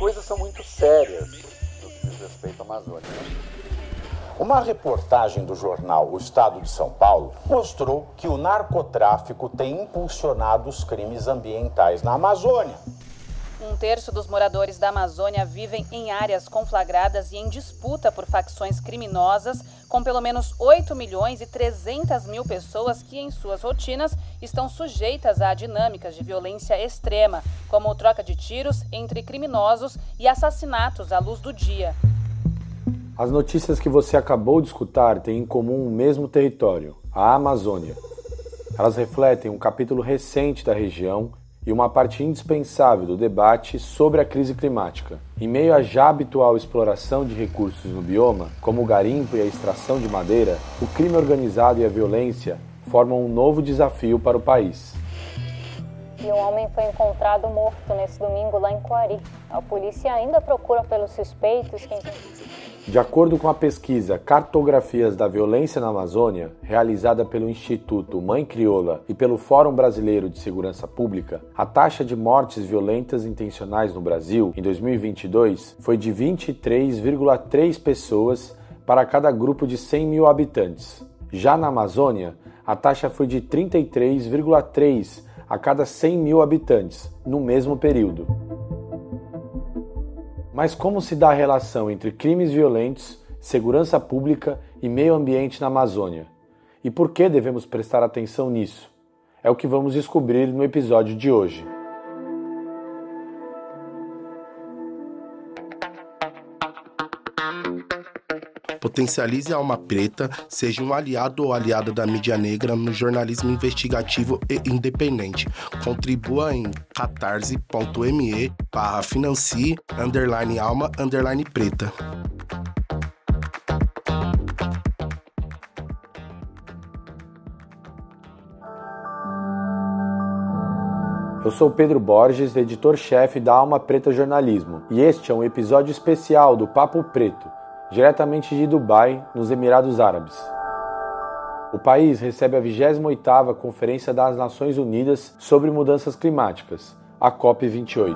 coisas são muito sérias no que diz respeito à Amazônia. Uma reportagem do jornal O Estado de São Paulo mostrou que o narcotráfico tem impulsionado os crimes ambientais na Amazônia. Um terço dos moradores da Amazônia vivem em áreas conflagradas e em disputa por facções criminosas, com pelo menos 8.300.000 pessoas que, em suas rotinas, estão sujeitas a dinâmicas de violência extrema, como troca de tiros entre criminosos e assassinatos à luz do dia. As notícias que você acabou de escutar têm em comum o mesmo território, a Amazônia. Elas refletem um capítulo recente da região e uma parte indispensável do debate sobre a crise climática. Em meio à já habitual exploração de recursos no bioma, como o garimpo e a extração de madeira, o crime organizado e a violência formam um novo desafio para o país. E um homem foi encontrado morto nesse domingo lá em Coari. A polícia ainda procura pelos suspeitos. De acordo com a pesquisa Cartografias da Violência na Amazônia, realizada pelo Instituto Mãe Crioula e pelo Fórum Brasileiro de Segurança Pública, a taxa de mortes violentas intencionais no Brasil, em 2022, foi de 23,3 pessoas para cada grupo de 100 mil habitantes. Já na Amazônia, a taxa foi de 33,3 a cada 100 mil habitantes, no mesmo período. Mas como se dá a relação entre crimes violentos, segurança pública e meio ambiente na Amazônia? E por que devemos prestar atenção nisso? É o que vamos descobrir no episódio de hoje. Potencialize a Alma Preta, seja um aliado ou aliada da mídia negra no jornalismo investigativo e independente. Contribua em catarse.me/financie_alma_preta. Eu sou Pedro Borges, editor-chefe da Alma Preta Jornalismo, e este é um episódio especial do Papo Preto, diretamente de Dubai, nos Emirados Árabes. O país recebe a 28ª Conferência das Nações Unidas sobre Mudanças Climáticas, a COP28.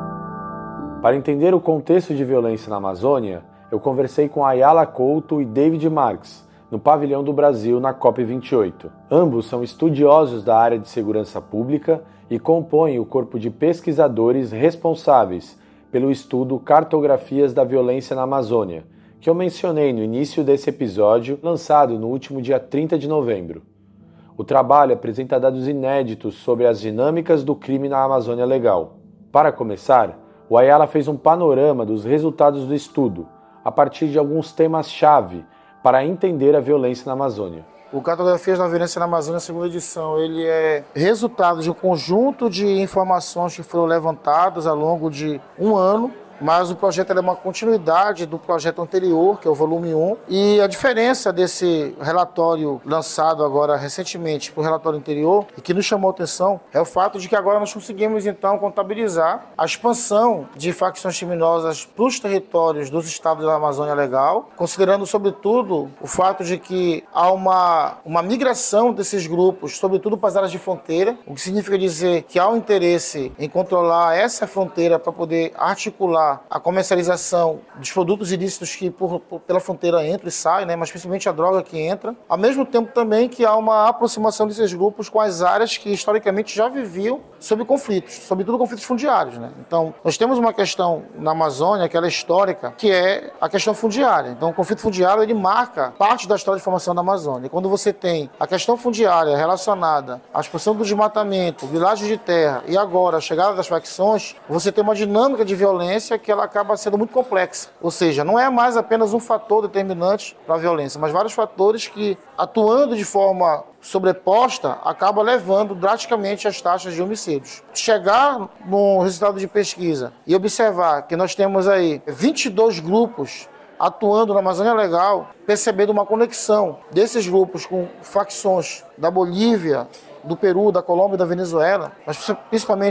Para entender o contexto de violência na Amazônia, eu conversei com Ayala Couto e David Marques, no pavilhão do Brasil na COP28. Ambos são estudiosos da área de segurança pública e compõem o corpo de pesquisadores responsáveis pelo estudo Cartografias da Violência na Amazônia, que eu mencionei no início desse episódio, lançado no último dia 30 de novembro. O trabalho apresenta dados inéditos sobre as dinâmicas do crime na Amazônia Legal. Para começar, o Ayala fez um panorama dos resultados do estudo, a partir de alguns temas-chave para entender a violência na Amazônia. O Cartografias da Violência na Amazônia, segunda edição, ele é resultado de um conjunto de informações que foram levantadas ao longo de um ano, mas o projeto é uma continuidade do projeto anterior, que é o volume 1, e a diferença desse relatório lançado agora recentemente para o relatório anterior, e que nos chamou a atenção, é o fato de que agora nós conseguimos então contabilizar a expansão de facções criminosas para os territórios dos estados da Amazônia Legal, considerando sobretudo o fato de que há uma migração desses grupos, sobretudo para as áreas de fronteira, o que significa dizer que há um interesse em controlar essa fronteira para poder articular a comercialização dos produtos ilícitos que pela fronteira entram e saem, né, mas principalmente a droga que entra, ao mesmo tempo também que há uma aproximação desses grupos com as áreas que historicamente já viviam sob conflitos, sobretudo conflitos fundiários, né? Então, nós temos uma questão na Amazônia, que ela é histórica, que é a questão fundiária. Então, o conflito fundiário, ele marca parte da história de formação da Amazônia. E quando você tem a questão fundiária relacionada à expansão do desmatamento, vilagens de terra e agora a chegada das facções, você tem uma dinâmica de violência que ela acaba sendo muito complexa. Ou seja, não é mais apenas um fator determinante para a violência, mas vários fatores que, atuando de forma sobreposta, acaba levando drasticamente as taxas de homicídios. Chegar no resultado de pesquisa e observar que nós temos aí 22 grupos atuando na Amazônia Legal, percebendo uma conexão desses grupos com facções da Bolívia, do Peru, da Colômbia e da Venezuela, mas principalmente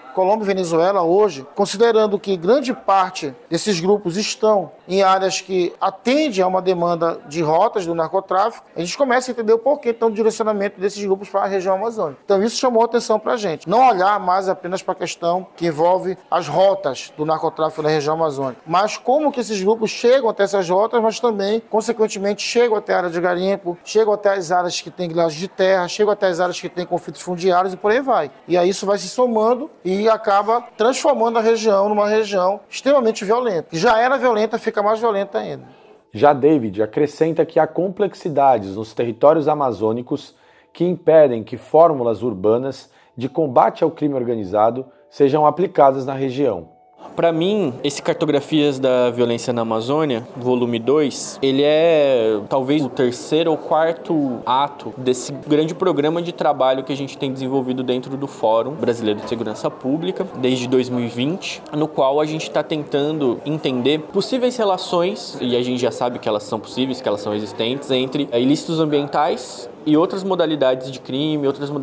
Colômbia e Venezuela hoje, considerando que grande parte desses grupos estão em áreas que atendem a uma demanda de rotas do narcotráfico, a gente começa a entender o porquê então do direcionamento desses grupos para a região amazônica. Então isso chamou a atenção para a gente. Não olhar mais apenas para a questão que envolve as rotas do narcotráfico na região amazônica, mas como que esses grupos chegam até essas rotas, mas também, consequentemente, chegam até a área de garimpo, chegam até as áreas que têm grilagem de terra, chegam até as áreas que têm conflitos fundiários e por aí vai. E aí isso vai se somando e acaba transformando a região numa região extremamente violenta. Que já era violenta, fica mais violenta ainda. Já David acrescenta que há complexidades nos territórios amazônicos que impedem que fórmulas urbanas de combate ao crime organizado sejam aplicadas na região. Para mim, esse Cartografias da Violência na Amazônia, volume 2, ele é talvez o terceiro ou quarto ato desse grande programa de trabalho que a gente tem desenvolvido dentro do Fórum Brasileiro de Segurança Pública, desde 2020, no qual a gente está tentando entender possíveis relações, e a gente já sabe que elas são possíveis, que elas são existentes, entre ilícitos ambientais e outras modalidades de crime,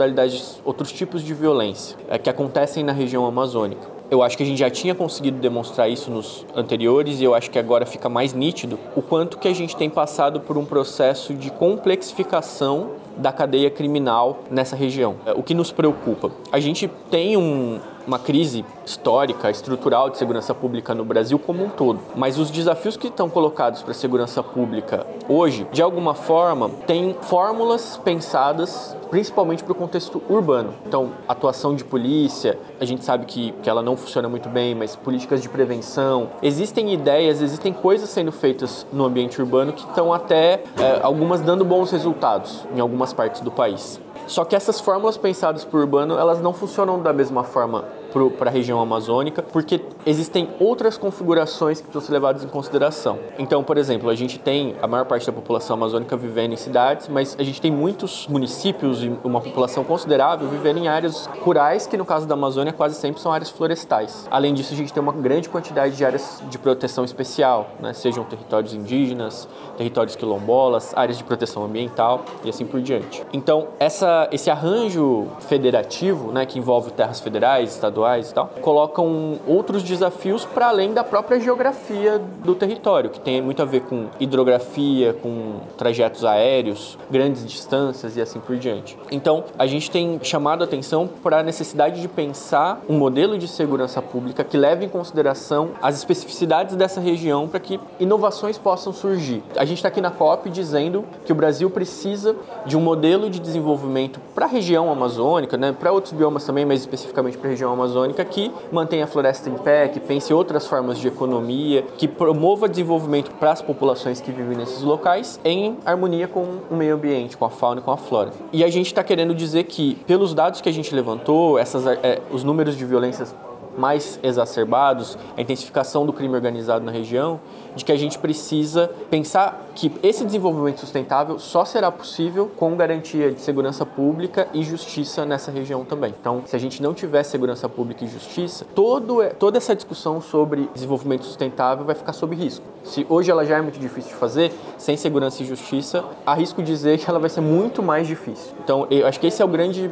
outros tipos de violência que acontecem na região amazônica. Eu acho que a gente já tinha conseguido demonstrar isso nos anteriores e eu acho que agora fica mais nítido o quanto que a gente tem passado por um processo de complexificação da cadeia criminal nessa região. O que nos preocupa? A gente tem uma crise histórica, estrutural de segurança pública no Brasil como um todo. Mas os desafios que estão colocados para a segurança pública hoje, de alguma forma, têm fórmulas pensadas principalmente para o contexto urbano. Então, atuação de polícia, a gente sabe que ela não funciona muito bem, mas políticas de prevenção. Existem ideias, existem coisas sendo feitas no ambiente urbano que estão até, algumas dando bons resultados em algumas partes do país. Só que essas fórmulas pensadas para o urbano, elas não funcionam da mesma forma para a região amazônica, porque existem outras configurações que precisam ser levadas em consideração. Então, por exemplo, a gente tem a maior parte da população amazônica vivendo em cidades, mas a gente tem muitos municípios e uma população considerável vivendo em áreas rurais, que no caso da Amazônia quase sempre são áreas florestais. Além disso, a gente tem uma grande quantidade de áreas de proteção especial, né? Sejam territórios indígenas, territórios quilombolas, áreas de proteção ambiental e assim por diante. Então, esse arranjo federativo, né, que envolve terras federais, estaduais e tal, colocam outros desafios para além da própria geografia do território, que tem muito a ver com hidrografia, com trajetos aéreos, grandes distâncias e assim por diante. Então, a gente tem chamado a atenção para a necessidade de pensar um modelo de segurança pública que leve em consideração as especificidades dessa região para que inovações possam surgir. A gente está aqui na COP dizendo que o Brasil precisa de um modelo de desenvolvimento para a região amazônica, né, para outros biomas também, mas especificamente para a região amazônica, que mantenha a floresta em pé, que pense outras formas de economia, que promova desenvolvimento para as populações que vivem nesses locais em harmonia com o meio ambiente, com a fauna e com a flora. E a gente está querendo dizer que, pelos dados que a gente levantou, os números de violências mais exacerbados, a intensificação do crime organizado na região, de que a gente precisa pensar que esse desenvolvimento sustentável só será possível com garantia de segurança pública e justiça nessa região também. Então, se a gente não tiver segurança pública e justiça, toda essa discussão sobre desenvolvimento sustentável vai ficar sob risco. Se hoje ela já é muito difícil de fazer, sem segurança e justiça, arrisco dizer que ela vai ser muito mais difícil. Então, eu acho que esse é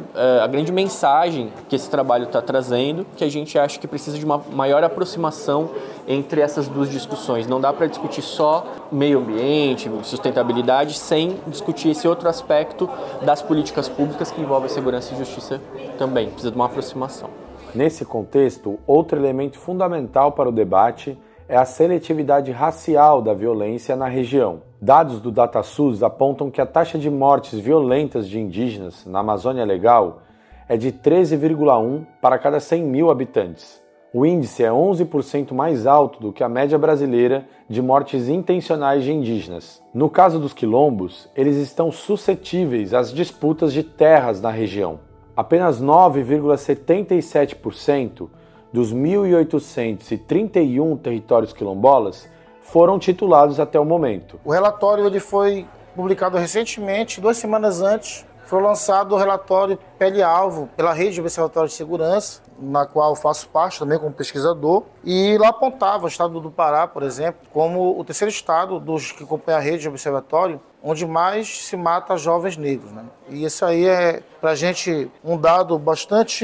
a grande mensagem que esse trabalho está trazendo, que a gente acha que precisa de uma maior aproximação entre essas duas discussões. Não dá para discutir só meio ambiente, sustentabilidade, sem discutir esse outro aspecto das políticas públicas que envolvem segurança e justiça também. Precisa de uma aproximação. Nesse contexto, outro elemento fundamental para o debate é a seletividade racial da violência na região. Dados do DataSUS apontam que a taxa de mortes violentas de indígenas na Amazônia Legal é de 13,1 para cada 100 mil habitantes. O índice é 11% mais alto do que a média brasileira de mortes intencionais de indígenas. No caso dos quilombos, eles estão suscetíveis às disputas de terras na região. Apenas 9,77% dos 1.831 territórios quilombolas foram titulados até o momento. O relatório ele foi publicado recentemente, 2 semanas antes. Foi lançado o relatório Pele-Alvo pela Rede de Observatório de Segurança, na qual eu faço parte também como pesquisador, e lá apontava o estado do Pará, por exemplo, como o terceiro estado dos que compõem a rede de observatório, onde mais se mata jovens negros, né? E isso aí é, para a gente, um dado bastante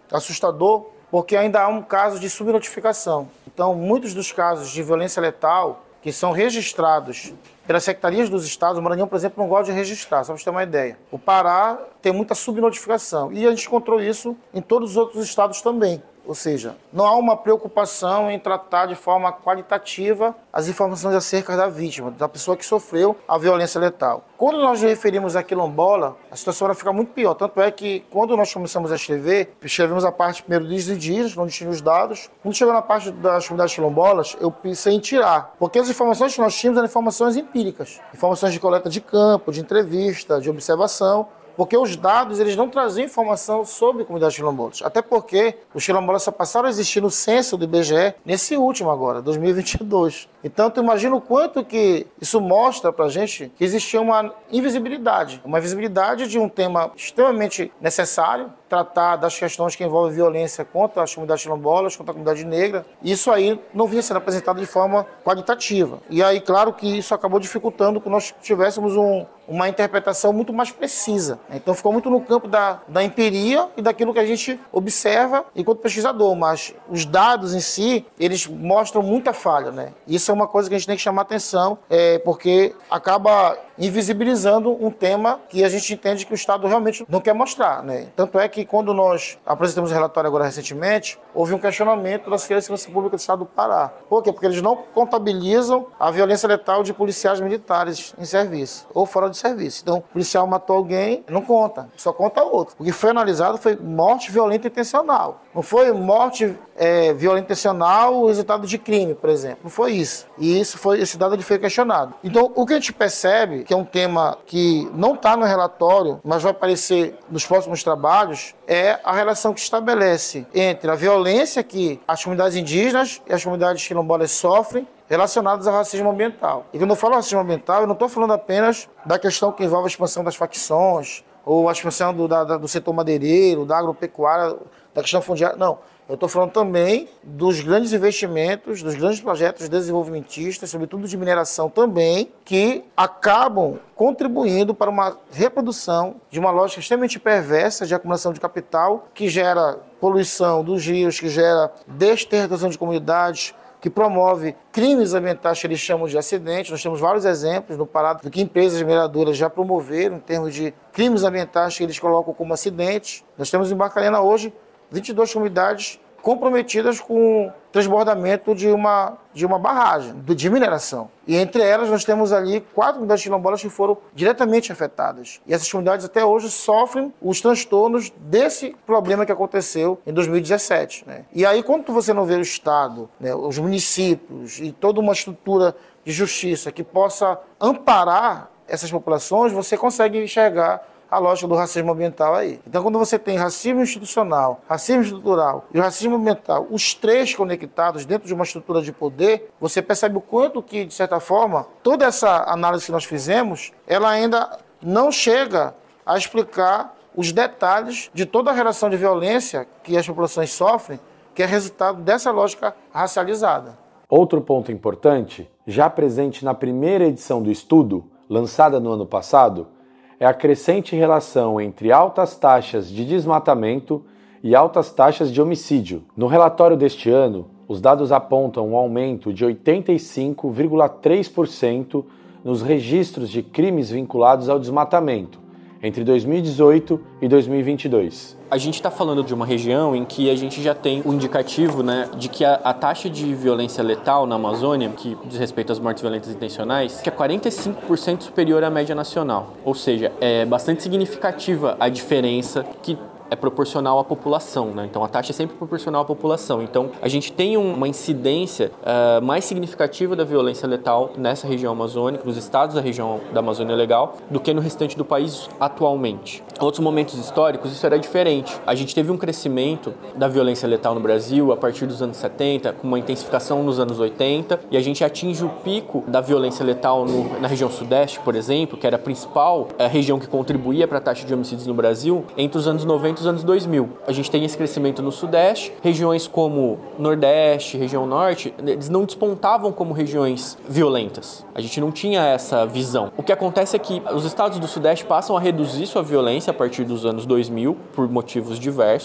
assustador, porque ainda há um caso de subnotificação. Então, muitos dos casos de violência letal que são registrados pelas secretarias dos estados, o Maranhão, por exemplo, não gosta de registrar, só para você ter uma ideia. O Pará tem muita subnotificação e a gente encontrou isso em todos os outros estados também. Ou seja, não há uma preocupação em tratar de forma qualitativa as informações acerca da vítima, da pessoa que sofreu a violência letal. Quando nós nos referimos a quilombola, a situação vai ficar muito pior. Tanto é que, quando nós começamos a escrevemos a parte primeiro dos indígenas, onde tinha os dados. Quando chegou na parte das comunidades quilombolas, eu pensei em tirar. Porque as informações que nós tínhamos eram informações empíricas. Informações de coleta de campo, de entrevista, de observação. Porque os dados, eles não traziam informação sobre comunidades quilombolas. Até porque os quilombolas só passaram a existir no censo do IBGE nesse último agora, 2022. Então, tu imagina o quanto que isso mostra pra gente que existia uma invisibilidade. Uma invisibilidade de um tema extremamente necessário, tratar das questões que envolvem violência contra as comunidades quilombolas, contra a comunidade negra. E isso aí não vinha sendo apresentado de forma qualitativa. E aí, claro que isso acabou dificultando que nós tivéssemos uma interpretação muito mais precisa. Então ficou muito no campo da empiria e daquilo que a gente observa enquanto pesquisador, mas os dados em si, eles mostram muita falha, né? Isso é uma coisa que a gente tem que chamar atenção, porque acaba invisibilizando um tema que a gente entende que o Estado realmente não quer mostrar, né? Tanto é que quando nós apresentamos o relatório agora recentemente, houve um questionamento da Secretaria de Segurança Pública do Estado do Pará. Por quê? Porque eles não contabilizam a violência letal de policiais militares em serviço ou fora de serviço. Então, o policial matou alguém, não conta, só conta outro. O que foi analisado foi morte violenta intencional. Não foi morte violenta intencional, o resultado de crime, por exemplo. Não foi isso. E esse dado foi questionado. Então, o que a gente percebe, que é um tema que não está no relatório, mas vai aparecer nos próximos trabalhos, é a relação que estabelece entre a violência que as comunidades indígenas e as comunidades quilombolas sofrem relacionadas ao racismo ambiental. E quando eu falo racismo ambiental, eu não estou falando apenas da questão que envolve a expansão das facções, ou a expansão do setor madeireiro, da agropecuária, da questão fundiária, não. Eu estou falando também dos grandes investimentos, dos grandes projetos desenvolvimentistas, sobretudo de mineração também, que acabam contribuindo para uma reprodução de uma lógica extremamente perversa de acumulação de capital, que gera poluição dos rios, que gera desterritorialização de comunidades, que promove crimes ambientais que eles chamam de acidentes. Nós temos vários exemplos no Pará do que empresas mineradoras já promoveram em termos de crimes ambientais que eles colocam como acidentes. Nós temos em Barcarena hoje 22 comunidades comprometidas com o transbordamento de uma barragem de mineração. E entre elas nós temos ali 4 comunidades quilombolas que foram diretamente afetadas. E essas comunidades até hoje sofrem os transtornos desse problema que aconteceu em 2017. Né? E aí quando você não vê o Estado, né, os municípios e toda uma estrutura de justiça que possa amparar essas populações, você consegue enxergar a lógica do racismo ambiental aí. Então, quando você tem racismo institucional, racismo estrutural e o racismo ambiental, os três conectados dentro de uma estrutura de poder, você percebe o quanto que, de certa forma, toda essa análise que nós fizemos, ela ainda não chega a explicar os detalhes de toda a relação de violência que as populações sofrem, que é resultado dessa lógica racializada. Outro ponto importante, já presente na primeira edição do estudo, lançada no ano passado, é a crescente relação entre altas taxas de desmatamento e altas taxas de homicídio. No relatório deste ano, os dados apontam um aumento de 85,3% nos registros de crimes vinculados ao desmatamento entre 2018 e 2022. A gente está falando de uma região em que a gente já tem o indicativo, né, de que a taxa de violência letal na Amazônia, que diz respeito às mortes violentas intencionais, que é 45% superior à média nacional. Ou seja, é bastante significativa a diferença que é proporcional à população, né? Então a taxa é sempre proporcional à população. Então a gente tem uma incidência mais significativa da violência letal nessa região amazônica, nos estados da região da Amazônia Legal, do que no restante do país atualmente. Em outros momentos históricos isso era diferente. A gente teve um crescimento da violência letal no Brasil a partir dos anos 70, com uma intensificação nos anos 80, e a gente atinge o pico da violência letal na região sudeste, por exemplo, que era a principal região que contribuía para a taxa de homicídios no Brasil, entre os anos 90 dos anos 2000. A gente tem esse crescimento no Sudeste, regiões como Nordeste, região Norte, eles não despontavam como regiões violentas. A gente não tinha essa visão. O que acontece é que os estados do Sudeste passam a reduzir sua violência a partir dos anos 2000, por motivos diversos.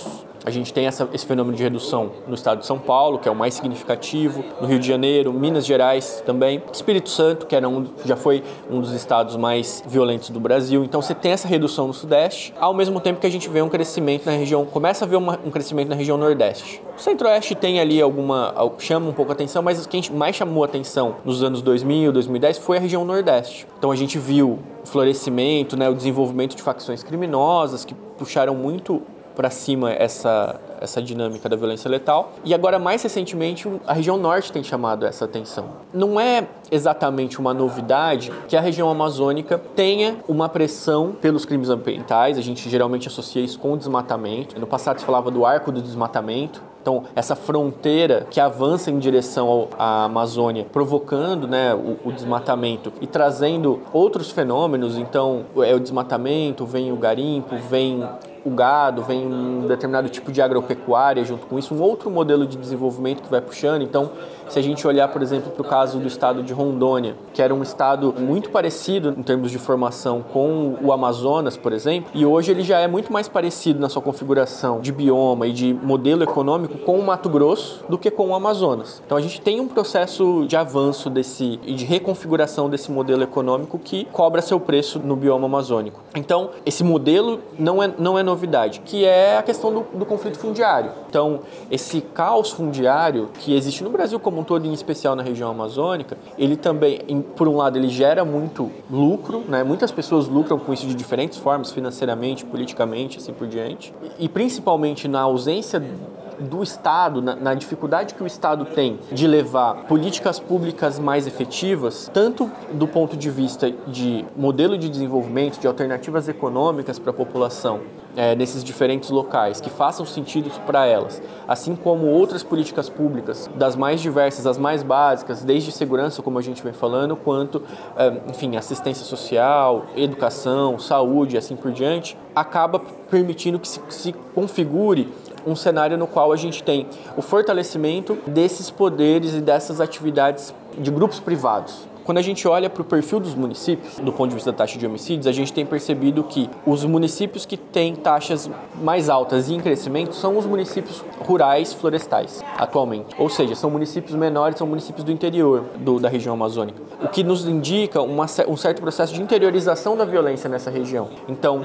A gente tem esse fenômeno de redução no estado de São Paulo, que é o mais significativo, no Rio de Janeiro, Minas Gerais também, Espírito Santo, que já foi um dos estados mais violentos do Brasil. Então você tem essa redução no Sudeste, ao mesmo tempo que a gente vê um crescimento na região, começa a ver um crescimento na região Nordeste. O Centro-Oeste tem ali chama um pouco a atenção, mas quem mais chamou a atenção nos anos 2000, 2010 foi a região Nordeste. Então a gente viu o florescimento, né, o desenvolvimento de facções criminosas que puxaram muito para cima essa dinâmica da violência letal. E agora, mais recentemente, a região norte tem chamado essa atenção. Não é exatamente uma novidade que a região amazônica tenha uma pressão pelos crimes ambientais. A gente geralmente associa isso com o desmatamento. No passado se falava do arco do desmatamento. Então, essa fronteira que avança em direção à Amazônia, provocando, né, o desmatamento e trazendo outros fenômenos. Então, é o desmatamento, vem o garimpo, vem o gado, vem um determinado tipo de agropecuária junto com isso, um outro modelo de desenvolvimento que vai puxando. Então, se a gente olhar, por exemplo, para o caso do estado de Rondônia, que era um estado muito parecido em termos de formação com o Amazonas, por exemplo, e hoje ele já é muito mais parecido na sua configuração de bioma e de modelo econômico com o Mato Grosso do que com o Amazonas. Então a gente tem um processo de avanço e de reconfiguração desse modelo econômico que cobra seu preço no bioma amazônico. Então, esse modelo não é novidade, que é a questão do conflito fundiário. Então, esse caos fundiário que existe no Brasil como um todo, em especial na região amazônica, ele também, por um lado, ele gera muito lucro, né? Muitas pessoas lucram com isso de diferentes formas, financeiramente, politicamente, assim por diante. E principalmente na ausência do Estado, na dificuldade que o Estado tem de levar políticas públicas mais efetivas, tanto do ponto de vista de modelo de desenvolvimento, de alternativas econômicas para a população, nesses diferentes locais, que façam sentido para elas, assim como outras políticas públicas, das mais diversas, as mais básicas, desde segurança, como a gente vem falando, quanto, enfim, assistência social, educação, saúde, assim por diante, acaba permitindo que se configure um cenário no qual a gente tem o fortalecimento desses poderes e dessas atividades de grupos privados. Quando a gente olha para o perfil dos municípios, do ponto de vista da taxa de homicídios, a gente tem percebido que os municípios que têm taxas mais altas e em crescimento são os municípios rurais florestais, atualmente. Ou seja, são municípios menores, são municípios do interior da região amazônica. O que nos indica um certo processo de interiorização da violência nessa região. Então,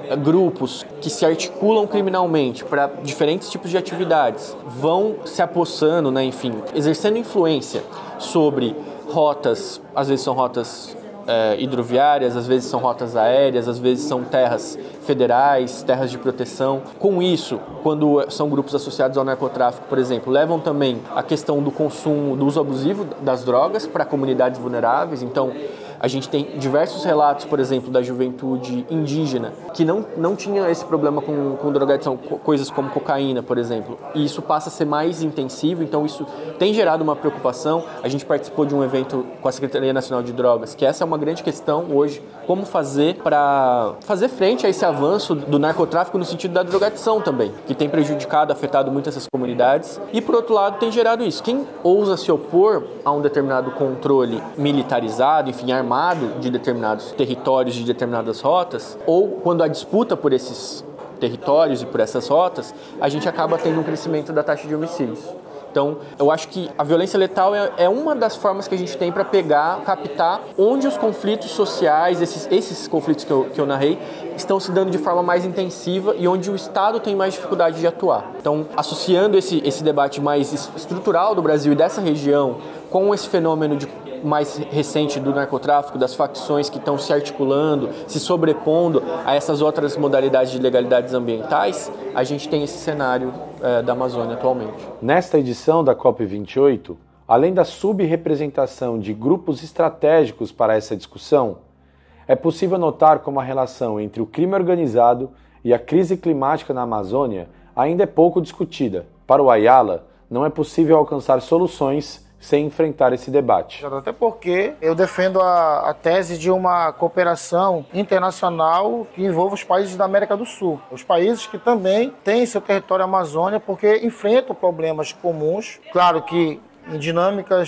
grupos que se articulam criminalmente para diferentes tipos de atividades vão se apossando, né, enfim, exercendo influência sobre rotas, às vezes são rotas hidroviárias, às vezes são rotas aéreas, às vezes são terras federais, terras de proteção. Com isso, quando são grupos associados ao narcotráfico, por exemplo, levam também a questão do consumo, do uso abusivo das drogas para comunidades vulneráveis. Então, a gente tem diversos relatos, por exemplo, da juventude indígena que não tinha esse problema com drogadição, coisas como cocaína, por exemplo. E isso passa a ser mais intensivo, então isso tem gerado uma preocupação. A gente participou de um evento com a Secretaria Nacional de Drogas, que essa é uma grande questão hoje, como fazer para fazer frente a esse avanço do narcotráfico no sentido da drogadição também, que tem prejudicado, afetado muito essas comunidades. E, por outro lado, tem gerado isso. Quem ousa se opor a um determinado controle militarizado, enfim, armado, de determinados territórios, de determinadas rotas, ou quando há disputa por esses territórios e por essas rotas, a gente acaba tendo um crescimento da taxa de homicídios. Então, eu acho que a violência letal é uma das formas que a gente tem para captar onde os conflitos sociais, esses conflitos que eu narrei, estão se dando de forma mais intensiva e onde o Estado tem mais dificuldade de atuar. Então, associando esse debate mais estrutural do Brasil e dessa região com esse fenômeno mais recente do narcotráfico, das facções que estão se articulando, se sobrepondo a essas outras modalidades de legalidades ambientais, a gente tem esse cenário da Amazônia atualmente. Nesta edição da COP28, além da subrepresentação de grupos estratégicos para essa discussão, é possível notar como a relação entre o crime organizado e a crise climática na Amazônia ainda é pouco discutida. Para o Ayala, não é possível alcançar soluções sem enfrentar esse debate. Até porque eu defendo a tese de uma cooperação internacional que envolva os países da América do Sul. Os países que também têm seu território Amazônia, porque enfrentam problemas comuns, claro que em dinâmicas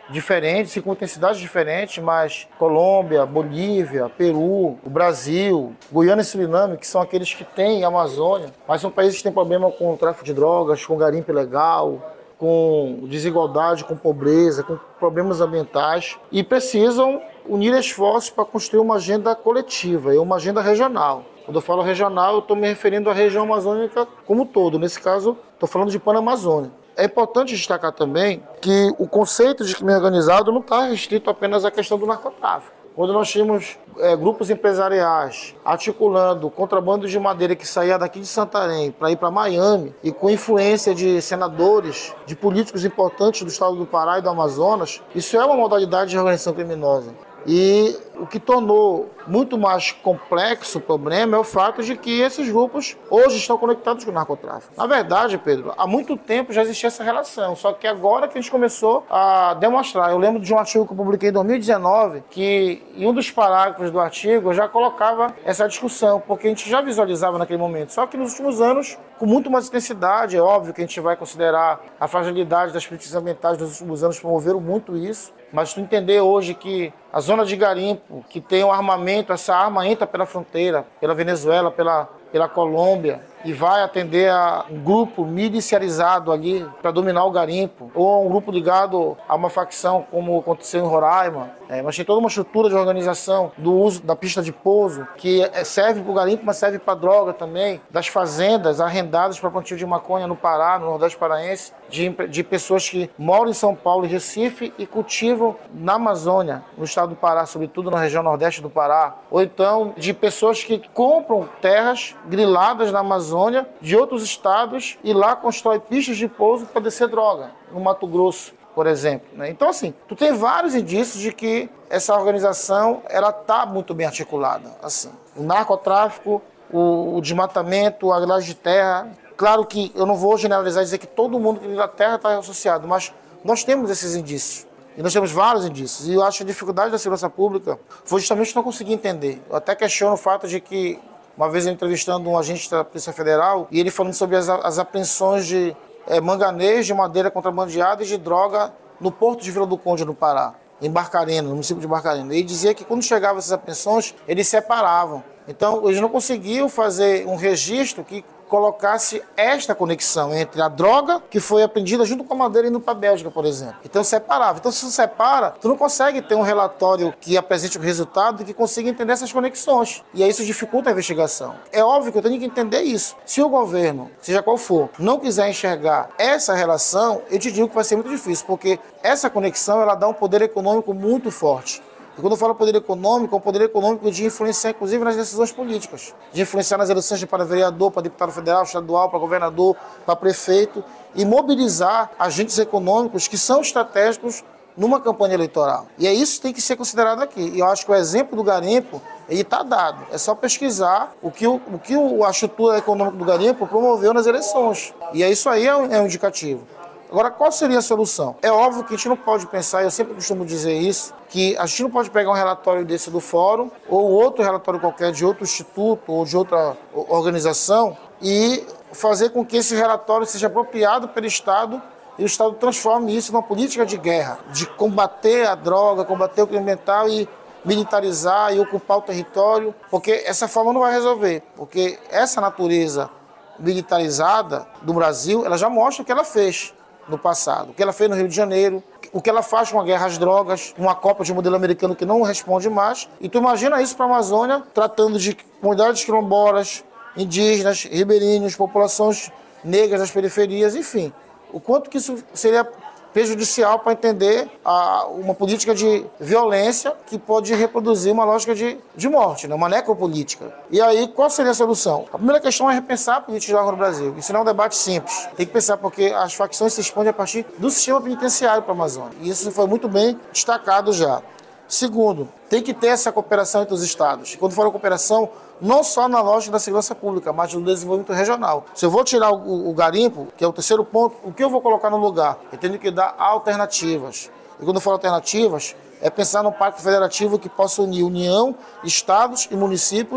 diferentes e com intensidades diferentes, mas Colômbia, Bolívia, Peru, o Brasil, Guiana e Suriname, que são aqueles que têm Amazônia, mas são países que têm problema com o tráfico de drogas, com garimpo ilegal, com desigualdade, com pobreza, com problemas ambientais e precisam unir esforços para construir uma agenda coletiva e uma agenda regional. Quando eu falo regional, eu estou me referindo à região amazônica como um todo. Nesse caso, estou falando de Panamazônia. É importante destacar também que o conceito de crime organizado não está restrito apenas à questão do narcotráfico. Quando nós tínhamos grupos empresariais articulando contrabando de madeira que saía daqui de Santarém para ir para Miami e com influência de senadores, de políticos importantes do estado do Pará e do Amazonas, isso é uma modalidade de organização criminosa. E o que tornou muito mais complexo o problema é o fato de que esses grupos hoje estão conectados com o narcotráfico. Na verdade, Pedro, há muito tempo já existia essa relação, só que agora que a gente começou a demonstrar. Eu lembro de um artigo que eu publiquei em 2019, que em um dos parágrafos do artigo eu já colocava essa discussão, porque a gente já visualizava naquele momento. Só que nos últimos anos, com muito mais intensidade, é óbvio que a gente vai considerar a fragilidade das políticas ambientais dos últimos anos, promoveram muito isso. Mas tu entender hoje que a zona de garimpo, que tem um armamento, essa arma entra pela fronteira, pela Venezuela, pela Colômbia, e vai atender a um grupo miliciarizado ali para dominar o garimpo, ou a um grupo ligado a uma facção, como aconteceu em Roraima. Mas tem toda uma estrutura de organização do uso da pista de pouso, que serve para o garimpo, mas serve para droga também, das fazendas arrendadas para plantio de maconha no Pará, no Nordeste Paraense, de pessoas que moram em São Paulo e Recife e cultivam na Amazônia, no estado do Pará, sobretudo na região Nordeste do Pará, ou então de pessoas que compram terras griladas na Amazônia de outros estados e lá constrói pistas de pouso para descer droga, no Mato Grosso, por exemplo. Então, assim, tu tem vários indícios de que essa organização ela está muito bem articulada. Assim, o narcotráfico, o desmatamento, a grilagem de terra. Claro que eu não vou generalizar e dizer que todo mundo que vive na terra está associado, mas nós temos esses indícios. E nós temos vários indícios. E eu acho que a dificuldade da segurança pública foi justamente não conseguir entender. Eu até questiono o fato de que uma vez eu entrevistando um agente da Polícia Federal e ele falando sobre as apreensões de manganês, de madeira contrabandeada e de droga no Porto de Vila do Conde, no Pará, em Barcarena, no município de Barcarena. Ele dizia que quando chegavam essas apreensões, eles separavam. Então, eles não conseguiam fazer um registro que colocasse esta conexão entre a droga que foi apreendida junto com a madeira indo para a Bélgica, por exemplo. Então separava. Então se você separa, tu não consegue ter um relatório que apresente o resultado e que consiga entender essas conexões. E aí isso dificulta a investigação. É óbvio que eu tenho que entender isso. Se o governo, seja qual for, não quiser enxergar essa relação, eu te digo que vai ser muito difícil, porque essa conexão ela dá um poder econômico muito forte. E quando eu falo poder econômico, é um poder econômico de influenciar, inclusive, nas decisões políticas. De influenciar nas eleições para vereador, para deputado federal, estadual, para governador, para prefeito. E mobilizar agentes econômicos que são estratégicos numa campanha eleitoral. E é isso que tem que ser considerado aqui. E eu acho que o exemplo do garimpo, ele está dado. É só pesquisar o que a estrutura econômica do garimpo promoveu nas eleições. E isso aí é um indicativo. Agora, qual seria a solução? É óbvio que a gente não pode pensar, eu sempre costumo dizer isso, que a gente não pode pegar um relatório desse do fórum ou outro relatório qualquer de outro instituto ou de outra organização e fazer com que esse relatório seja apropriado pelo Estado e o Estado transforme isso numa política de guerra, de combater a droga, combater o crime ambiental e militarizar e ocupar o território, porque essa forma não vai resolver, porque essa natureza militarizada do Brasil, ela já mostra o que ela fez no passado, o que ela fez no Rio de Janeiro, o que ela faz com a guerra às drogas, uma Copa de modelo americano que não responde mais. E tu imagina isso para a Amazônia, tratando de comunidades quilombolas, indígenas, ribeirinhos, populações negras das periferias, enfim. O quanto que isso seria prejudicial para entender uma política de violência que pode reproduzir uma lógica de morte, né? Uma necropolítica. E aí, qual seria a solução? A primeira questão é repensar a política de droga no Brasil. Isso não é um debate simples. Tem que pensar porque as facções se expandem a partir do sistema penitenciário para a Amazônia. E isso foi muito bem destacado já. Segundo, tem que ter essa cooperação entre os estados. Quando falo cooperação, não só na lógica da segurança pública, mas no desenvolvimento regional. Se eu vou tirar o garimpo, que é o terceiro ponto, o que eu vou colocar no lugar? Eu tenho que dar alternativas. E quando eu falo alternativas, é pensar num pacto federativo que possa unir União, estados e municípios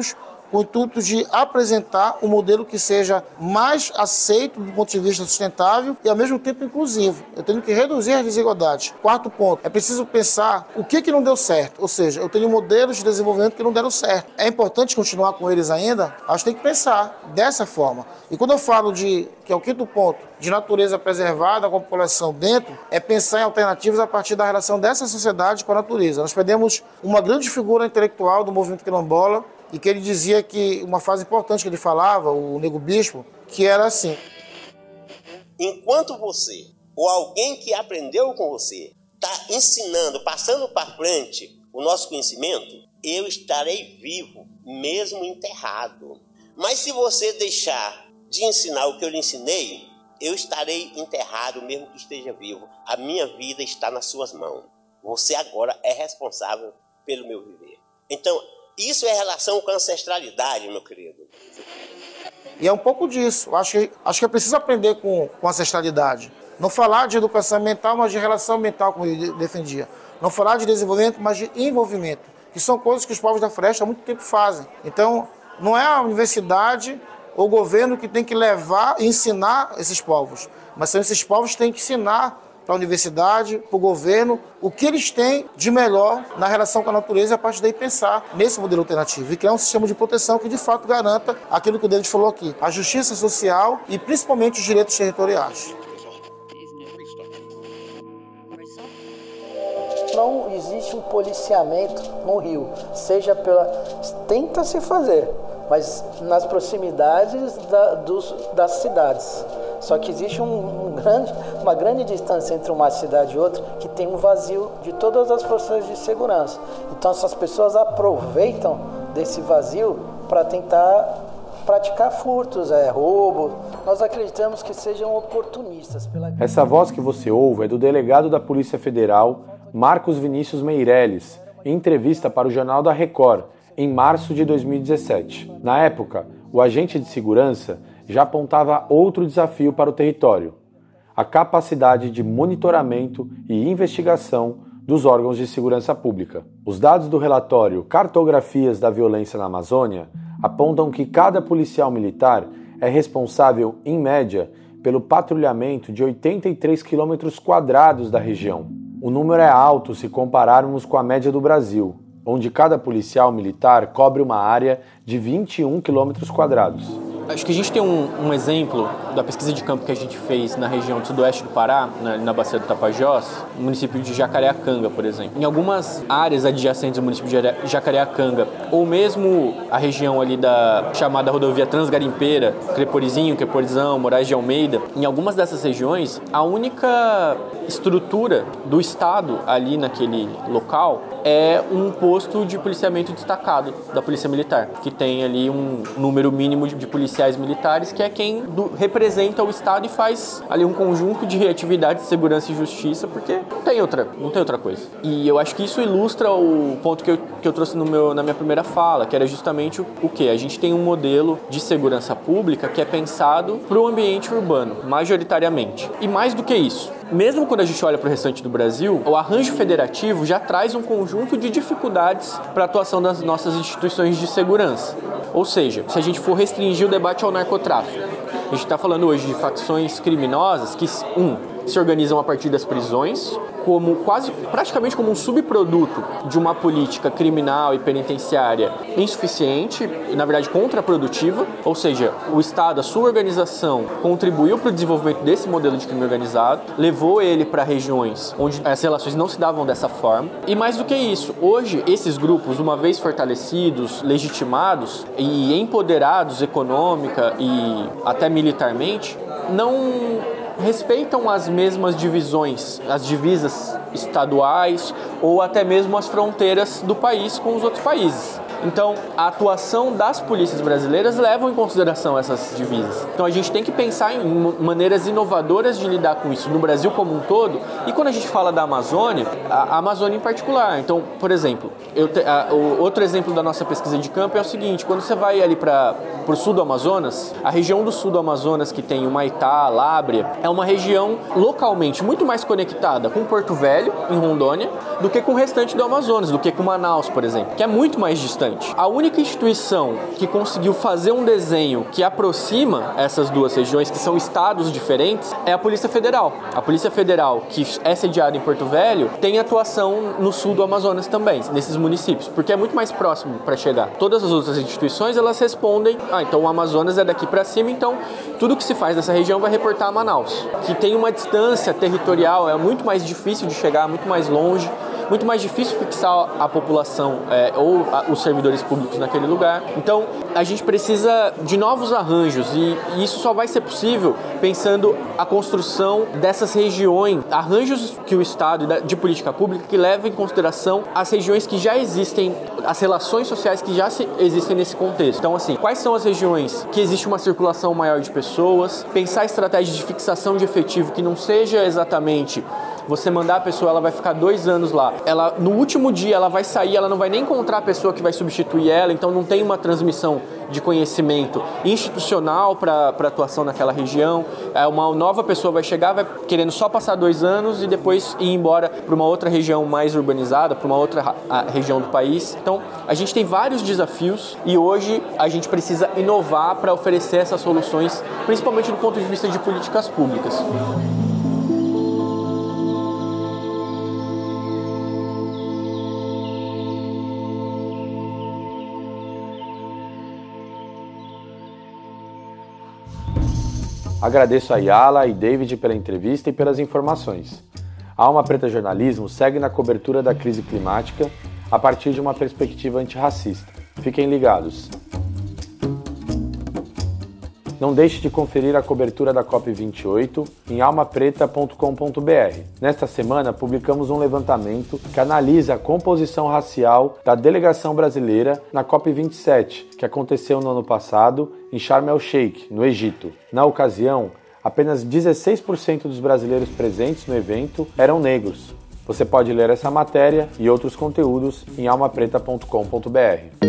com o intuito de apresentar um modelo que seja mais aceito do ponto de vista sustentável e, ao mesmo tempo, inclusivo. Eu tenho que reduzir as desigualdades. Quarto ponto, é preciso pensar o que não deu certo. Ou seja, eu tenho modelos de desenvolvimento que não deram certo. É importante continuar com eles ainda? Acho que tem que pensar dessa forma. E quando eu falo que é o quinto ponto, de natureza preservada com a população dentro, é pensar em alternativas a partir da relação dessa sociedade com a natureza. Nós perdemos uma grande figura intelectual do movimento quilombola e que ele dizia que, uma frase importante que ele falava, o Nego Bispo, que era assim: enquanto você, ou alguém que aprendeu com você, está ensinando, passando para frente o nosso conhecimento, eu estarei vivo, mesmo enterrado. Mas se você deixar de ensinar o que eu lhe ensinei, eu estarei enterrado mesmo que esteja vivo. A minha vida está nas suas mãos. Você agora é responsável pelo meu viver. Então, isso é relação com a ancestralidade, meu querido. E é um pouco disso. Acho que é preciso aprender com a ancestralidade. Não falar de educação ambiental, mas de relação ambiental, como ele defendia. Não falar de desenvolvimento, mas de envolvimento. Que são coisas que os povos da floresta há muito tempo fazem. Então, não é a universidade ou o governo que tem que levar e ensinar esses povos, mas são esses povos que têm que ensinar para a universidade, para o governo, o que eles têm de melhor na relação com a natureza e a partir daí pensar nesse modelo alternativo e criar um sistema de proteção que de fato garanta aquilo que o David falou aqui, a justiça social e principalmente os direitos territoriais. Não existe um policiamento no Rio, seja pela... Tenta-se fazer, mas nas proximidades das cidades. Só que existe uma grande distância entre uma cidade e outra que tem um vazio de todas as forças de segurança. Então essas pessoas aproveitam desse vazio para tentar praticar furtos, roubo. Nós acreditamos que sejam oportunistas. Essa voz que você ouve é do delegado da Polícia Federal, Marcos Vinícius Meirelles, em entrevista para o Jornal da Record, em março de 2017. Na época, o agente de segurança já apontava outro desafio para o território: a capacidade de monitoramento e investigação dos órgãos de segurança pública. Os dados do relatório Cartografias da Violência na Amazônia apontam que cada policial militar é responsável, em média, pelo patrulhamento de 83 km² da região. O número é alto se compararmos com a média do Brasil, onde cada policial militar cobre uma área de 21 km². Acho que a gente tem um exemplo da pesquisa de campo que a gente fez na região do sudoeste do Pará, na Bacia do Tapajós, no município de Jacareacanga, por exemplo. Em algumas áreas adjacentes ao município de Jacareacanga, ou mesmo a região ali da chamada rodovia Transgarimpeira, Creporizinho, Creporizão, Moraes de Almeida, em algumas dessas regiões, a única estrutura do Estado ali naquele local é um posto de policiamento destacado da Polícia Militar, que tem ali um número mínimo de policiais militares, que é quem representa o Estado e faz ali um conjunto de atividades de segurança e justiça, porque não tem outra coisa. E eu acho que isso ilustra o ponto que eu trouxe na minha primeira fala, que era justamente o quê? A gente tem um modelo de segurança pública que é pensado para o ambiente urbano, majoritariamente. E mais do que isso, mesmo quando a gente olha para o restante do Brasil, o arranjo federativo já traz um conjunto de dificuldades para a atuação das nossas instituições de segurança. Ou seja, se a gente for restringir o debate ao narcotráfico, a gente está falando hoje de facções criminosas que, se organizam a partir das prisões, praticamente como um subproduto de uma política criminal e penitenciária insuficiente e, na verdade, contraprodutiva. Ou seja, o Estado, a sua organização, contribuiu para o desenvolvimento desse modelo de crime organizado, levou ele para regiões onde as relações não se davam dessa forma. E mais do que isso, hoje, esses grupos, uma vez fortalecidos, legitimados e empoderados econômica e até militarmente, não respeitam as mesmas divisões, as divisas estaduais ou até mesmo as fronteiras do país com os outros países. Então, a atuação das polícias brasileiras leva em consideração essas divisas. Então, a gente tem que pensar em maneiras inovadoras de lidar com isso no Brasil como um todo. E quando a gente fala da Amazônia, a Amazônia em particular. Então, por exemplo, outro exemplo da nossa pesquisa de campo é o seguinte: quando você vai ali para o sul do Amazonas, a região do sul do Amazonas, que tem Humaitá, Lábrea, é uma região localmente muito mais conectada com Porto Velho, em Rondônia, do que com o restante do Amazonas, do que com Manaus, por exemplo, que é muito mais distante. relevante. A única instituição que conseguiu fazer um desenho que aproxima essas duas regiões, que são estados diferentes, é a Polícia Federal. A Polícia Federal, que é sediada em Porto Velho, tem atuação no sul do Amazonas também, nesses municípios, porque é muito mais próximo para chegar. Todas as outras instituições, elas respondem, então o Amazonas é daqui para cima, então tudo que se faz nessa região vai reportar a Manaus, que tem uma distância territorial, é muito mais difícil de chegar, muito mais longe, muito mais difícil fixar a população ou os servidores públicos naquele lugar. Então, a gente precisa de novos arranjos e isso só vai ser possível pensando a construção dessas regiões, arranjos que o Estado de política pública que levem em consideração as regiões que já existem, as relações sociais que já existem nesse contexto. Então, assim, quais são as regiões que existe uma circulação maior de pessoas, pensar estratégias de fixação de efetivo que não seja exatamente você mandar a pessoa, ela vai ficar 2 anos lá. Ela, no último dia, ela vai sair, ela não vai nem encontrar a pessoa que vai substituir ela, então não tem uma transmissão de conhecimento institucional para atuação naquela região. Uma nova pessoa vai chegar, vai querendo só passar 2 anos e depois ir embora para uma outra região mais urbanizada, para uma outra região do país. Então, a gente tem vários desafios e hoje a gente precisa inovar para oferecer essas soluções, principalmente do ponto de vista de políticas públicas. Agradeço a Yala e David pela entrevista e pelas informações. A Alma Preta Jornalismo segue na cobertura da crise climática a partir de uma perspectiva antirracista. Fiquem ligados. Não deixe de conferir a cobertura da COP28 em almapreta.com.br. Nesta semana, publicamos um levantamento que analisa a composição racial da delegação brasileira na COP27, que aconteceu no ano passado em Sharm el-Sheikh, no Egito. Na ocasião, apenas 16% dos brasileiros presentes no evento eram negros. Você pode ler essa matéria e outros conteúdos em almapreta.com.br.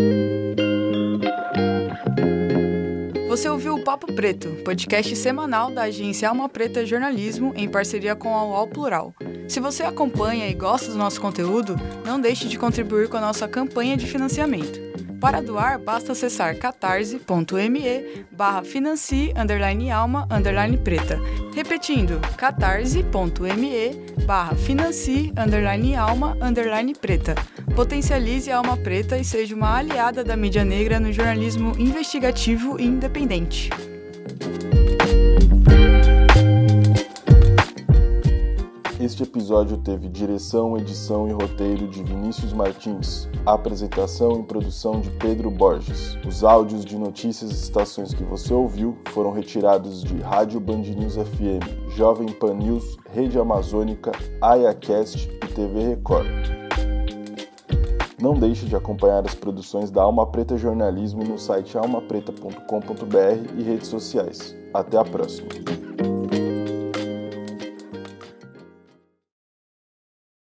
Você ouviu o Papo Preto, podcast semanal da agência Alma Preta Jornalismo em parceria com a UOL Plural. Se você acompanha e gosta do nosso conteúdo, não deixe de contribuir com a nossa campanha de financiamento. Para doar, basta acessar catarse.me/financie_alma_preta. Repetindo, catarse.me/financie_alma_preta. Potencialize a Alma Preta e seja uma aliada da mídia negra no jornalismo investigativo e independente. Este episódio teve direção, edição e roteiro de Vinícius Martins, apresentação e produção de Pedro Borges. Os áudios de notícias e estações que você ouviu foram retirados de Rádio Band News FM, Jovem Pan News, Rede Amazônica, AiaCast e TV Record. Não deixe de acompanhar as produções da Alma Preta Jornalismo no site almapreta.com.br e redes sociais. Até a próxima!